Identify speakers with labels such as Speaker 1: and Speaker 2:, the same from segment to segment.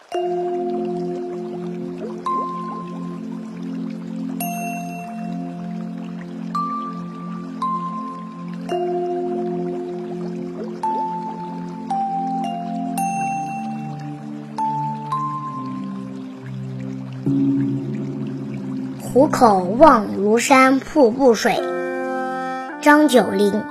Speaker 1: 湖口望庐山瀑布水，张九龄。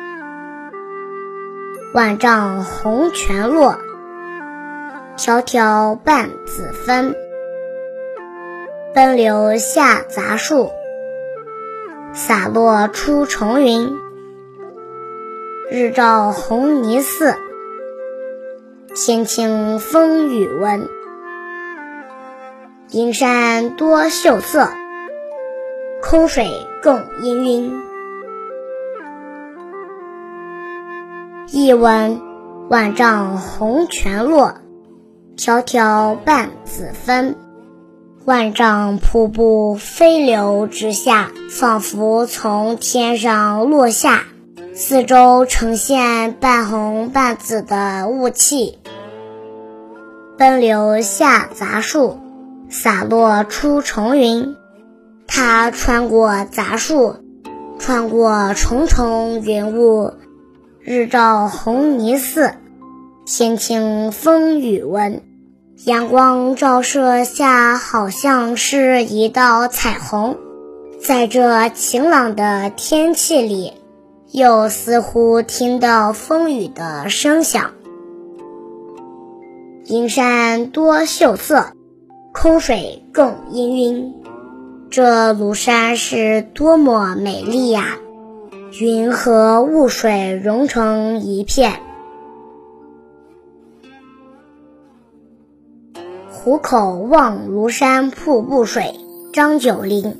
Speaker 1: 万丈红泉落，迢迢半子分。奔流下杂树，洒落出重云。日照红泥寺，天晴风雨闻。阴山多秀色，空水更氤氲。译文：万丈红泉落，迢迢半子分。万丈瀑布飞流直下，仿佛从天上落下，四周呈现半红半紫的雾气。奔流下杂树，洒落出重云。它穿过杂树，穿过重重云雾，日照红泥寺，天晴风雨闻。阳光照射下，好像是一道彩虹，在这晴朗的天气里，又似乎听到风雨的声响。阴山多秀色，空水更氤氲。这庐山是多么美丽呀！云和雾水融成一片。湖口望庐山瀑布水，张九龄。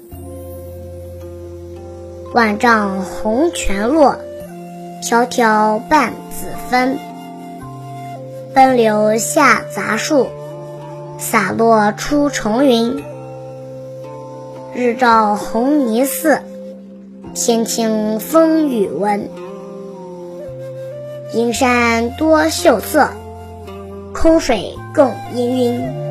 Speaker 1: 万丈红泉落，迢迢半子分。奔流下杂树，洒落出重云。日照红泥寺，天晴风雨闻。阴山多秀色，空水更氤氲。